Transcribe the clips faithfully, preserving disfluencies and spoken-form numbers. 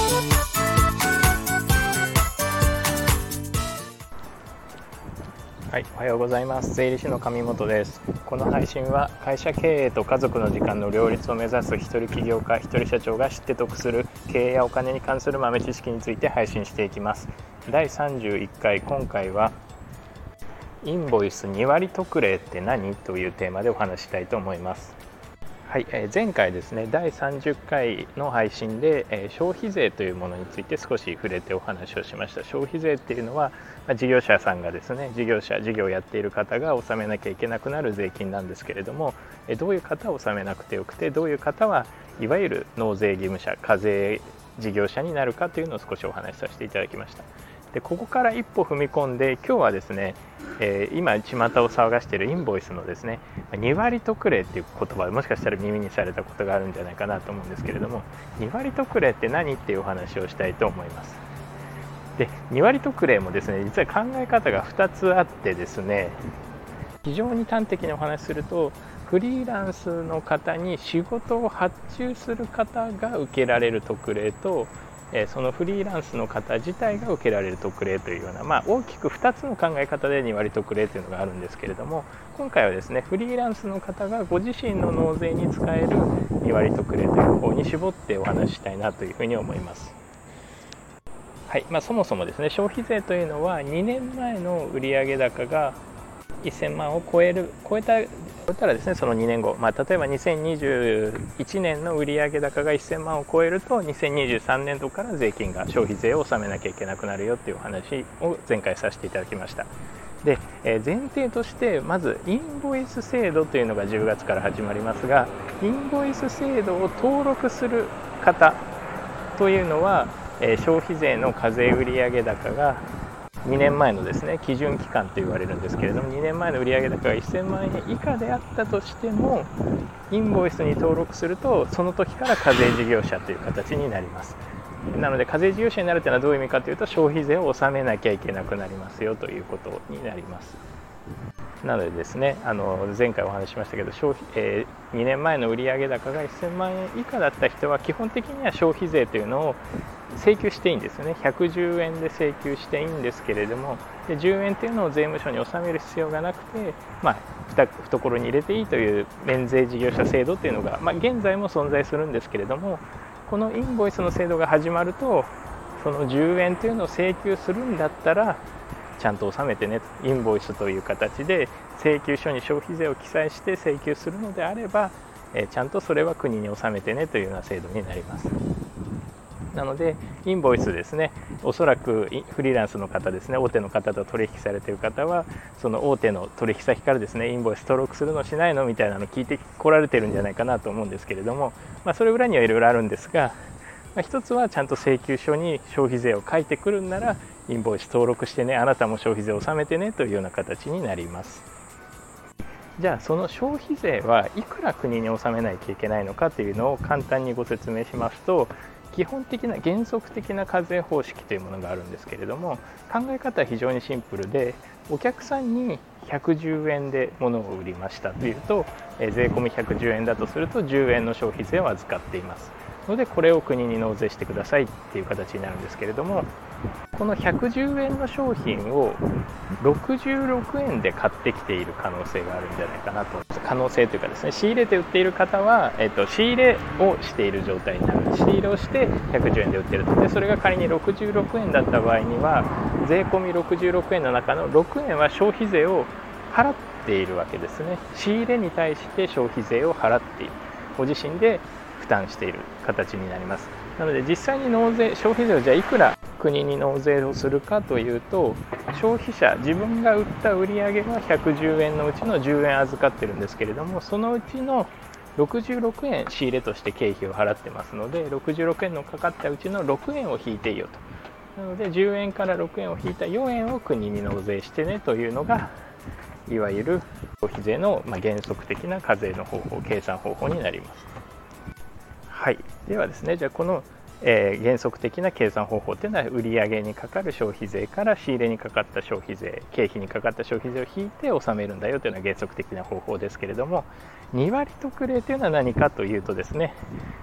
はい、おはようございます。税理士の上本です。この配信は会社経営と家族の時間の両立を目指す一人起業家、一人社長が知って得する経営やお金に関する豆知識について配信していきます。だいさんじゅういっかい、今回はインボイスに割得例って何というテーマでお話したいと思います。はい、えー、前回ですね、だいさんじゅっかいの配信で、えー、消費税というものについて少し触れてお話をしました。消費税っていうのは、まあ、事業者さんがですね、事業者、事業をやっている方が納めなきゃいけなくなる税金なんですけれども、えー、どういう方は納めなくてよくて、どういう方はいわゆる納税義務者、課税事業者になるかというのを少しお話しさせていただきました。でここから一歩踏み込んで、今日はですね、えー、今巷を騒がしているインボイスのですね、に割得例っていう言葉、もしかしたら耳にされたことがあるんじゃないかなと思うんですけれども、に割得例って何っていうお話をしたいと思います。でに割得例もですね、実は考え方がふたつあってですね、非常に端的にお話しすると、フリーランスの方に仕事を発注する方が受けられる特例と、そのフリーランスの方自体が受けられる特例というような、まあ、大きくふたつの考え方でに割得例というのがあるんですけれども、今回はですね、フリーランスの方がご自身の納税に使えるに割得例という方に絞ってお話ししたいなというふうに思います。はい、まあ、そもそもですね、消費税というのはにねんまえの売上高がせんまんを超える超えた超えたらですね、そのにねんご、まあ、例えばにせんにじゅういちねんの売上高がせんまんを超えるとにせんにじゅうさんねん度から税金が消費税を納めなきゃいけなくなるよっていうお話を前回させていただきました。で、えー、前提としてまずインボイス制度というのがじゅうがつから始まりますが、インボイス制度を登録する方というのは、えー、消費税の課税売上高がにねんまえのですね、基準期間と言われるんですけれども、にねんまえの売上高がせんまんえん以下であったとしても、インボイスに登録するとその時から課税事業者という形になります。なので課税事業者になるというのはどういう意味かというと、消費税を納めなきゃいけなくなりますよということになります。なのでですね、あの前回お話ししましたけど、消費、えー、にねんまえの売上高がせんまんえん以下だった人は基本的には消費税というのを請求していいんですよね。ひゃくじゅうえんで請求していいんですけれども、でじゅうえんというのを税務署に納める必要がなくて、まあ、懐に入れていいという免税事業者制度というのが、まあ、現在も存在するんですけれども、このインボイスの制度が始まると、そのじゅうえんというのを請求するんだったらちゃんと納めてね、インボイスという形で請求書に消費税を記載して請求するのであれば、えちゃんとそれは国に納めてねというような制度になります。なのでインボイスですね、おそらくフリーランスの方ですね、大手の方と取引されている方は、その大手の取引先からですね、インボイス登録するのしないのみたいなのを聞いてこられてるんじゃないかなと思うんですけれども、まあ、それ裏にはいろいろあるんですが、まあ、一つはちゃんと請求書に消費税を書いてくるんなら、インボイス登録してね、あなたも消費税を納めてねというような形になります。じゃあその消費税はいくら国に納めないといけないのかというのを簡単にご説明しますと、基本的な原則的な課税方式というものがあるんですけれども、考え方は非常にシンプルで、お客さんにひゃくじゅうえんで物を売りましたというと、え税込みひゃくじゅうえんだとするとじゅうえんの消費税を預かっていますので、これを国に納税してくださいっていう形になるんですけれども、このひゃくじゅうえんの商品をろくじゅうろくえんで買ってきている可能性があるんじゃないかなと。可能性というかですね、仕入れて売っている方は、えっと、仕入れをしている状態になる。仕入れをしてひゃくじゅうえんで売っていると。でそれが仮にろくじゅうろくえんだった場合には、税込みろくじゅうろくえんの中のろくえんは消費税を払っているわけですね。仕入れに対して消費税を払っている、ご自身で負担している形になります。なので実際に納税、消費税をじゃあいくら国に納税をするかというと、消費者自分が売った売上はひゃくじゅうえんのうちのじゅうえん預かってるんですけれども、そのうちのろくじゅうろくえん仕入れとして経費を払ってますので、ろくじゅうろくえんのかかったうちのろくえんを引いていいよと。なのでじゅうえんからろくえんを引いたよえんを国に納税してねというのが、いわゆる消費税の原則的な課税の方法、計算方法になります。はい、ではですね、じゃあこの、えー、原則的な計算方法というのは、売上にかかる消費税から仕入れにかかった消費税、経費にかかった消費税を引いて納めるんだよというのが原則的な方法ですけれども、に割得例というのは何かというとですね、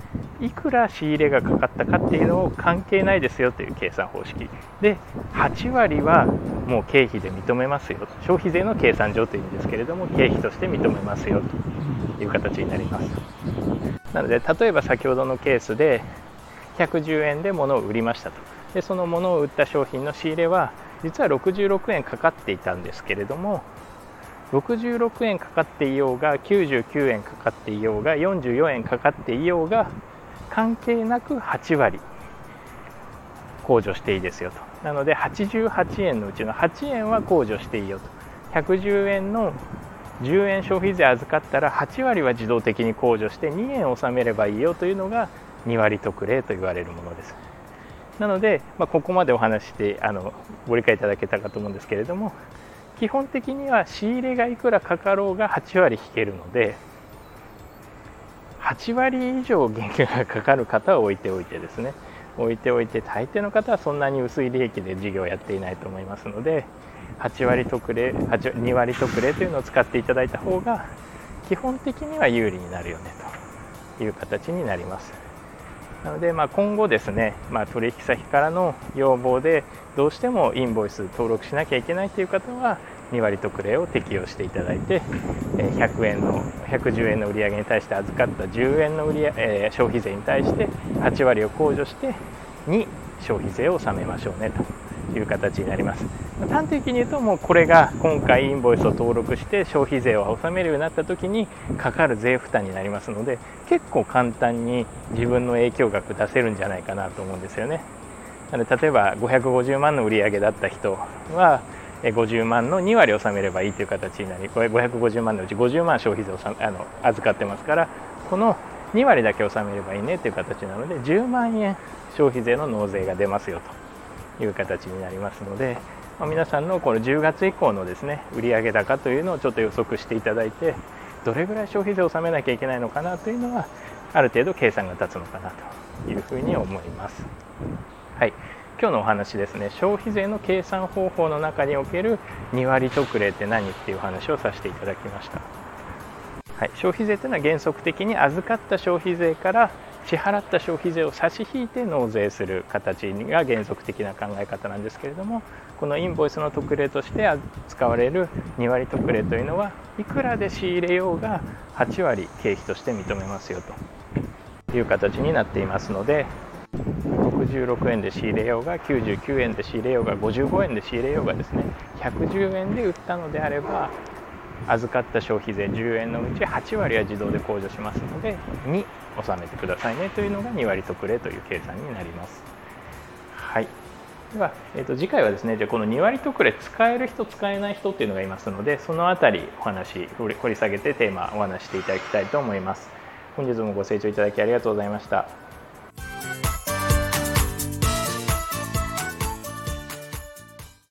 いくら仕入れがかかったかっていうのを関係ないですよという計算方式で、はちわりはもう経費で認めますよ、消費税の計算上というんですけれども経費として認めますよという形になります。なので例えば先ほどのケースでひゃくじゅうえんで物を売りましたと。でその物を売った商品の仕入れは実はろくじゅうろくえんかかっていたんですけれども、ろくじゅうろくえんかかっていようがきゅうじゅうきゅうえんかかっていようがよんじゅうよんえんかかっていようが関係なくはちわり控除していいですよと。なのではちじゅうはちえんのうちのはちえんは控除していいよと。ひゃくじゅうえんのじゅうえん消費税預かったらはちわりは自動的に控除してにえん納めればいいよというのがにわり特例と言われるものです。なので、まあ、ここまでお話してあのご理解いただけたかと思うんですけれども、基本的には仕入れがいくらかかろうがはちわり引けるので、はちわり以上減給がかかる方は置いておいてですね置いておいて大抵の方はそんなに薄い利益で事業をやっていないと思いますので、はちわり特例にわり特例というのを使っていただいた方が基本的には有利になるよねという形になります。なので、まあ、今後ですね、まあ、取引先からの要望でどうしてもインボイス登録しなきゃいけないという方はにわり特例を適用していただいて、ひゃくえんのひゃくじゅうえんの売上に対して預かったじゅうえんの売り、えー、消費税に対してはちわりを控除してに消費税を納めましょうねという形になります。端的に言うと、もうこれが今回インボイスを登録して消費税を納めるようになった時にかかる税負担になりますので、結構簡単に自分の影響額出せるんじゃないかなと思うんですよね。なので例えばごひゃくごじゅうまんの売上だった人はごじゅうまんのにわり納めればいいという形になり、これごひゃくごじゅうまんのうちごじゅうまん消費税をあの預かってますから、このにわりだけ納めればいいねという形なのでじゅうまんえん消費税の納税が出ますよという形になりますので、まあ、皆さんのこのじゅうがつ以降のですね売上高というのをちょっと予測していただいて、どれぐらい消費税を納めなきゃいけないのかなというのはある程度計算が立つのかなというふうに思います。はい、今日のお話ですね、消費税の計算方法の中におけるにわり特例って何っていう話をさせていただきました。はい、消費税というのは原則的に預かった消費税から支払った消費税を差し引いて納税する形が原則的な考え方なんですけれども、このインボイスの特例として使われるにわり特例というのはいくらで仕入れようがはちわり経費として認めますよという形になっていますので、ろくじゅうろくえんで仕入れようがきゅうじゅうきゅうえんで仕入れようがごじゅうごえんで仕入れようがですね、ひゃくじゅうえんで売ったのであれば預かった消費税じゅうえんのうちはちわりは自動で控除しますのでに納めてくださいねというのがにわり特例という計算になります。はい、では、えーと、次回はですね、じゃあこのにわり特例使える人使えない人っていうのがいますので、そのあたりお話掘り下げてテーマお話していただきたいと思います。本日もご清聴いただきありがとうございました。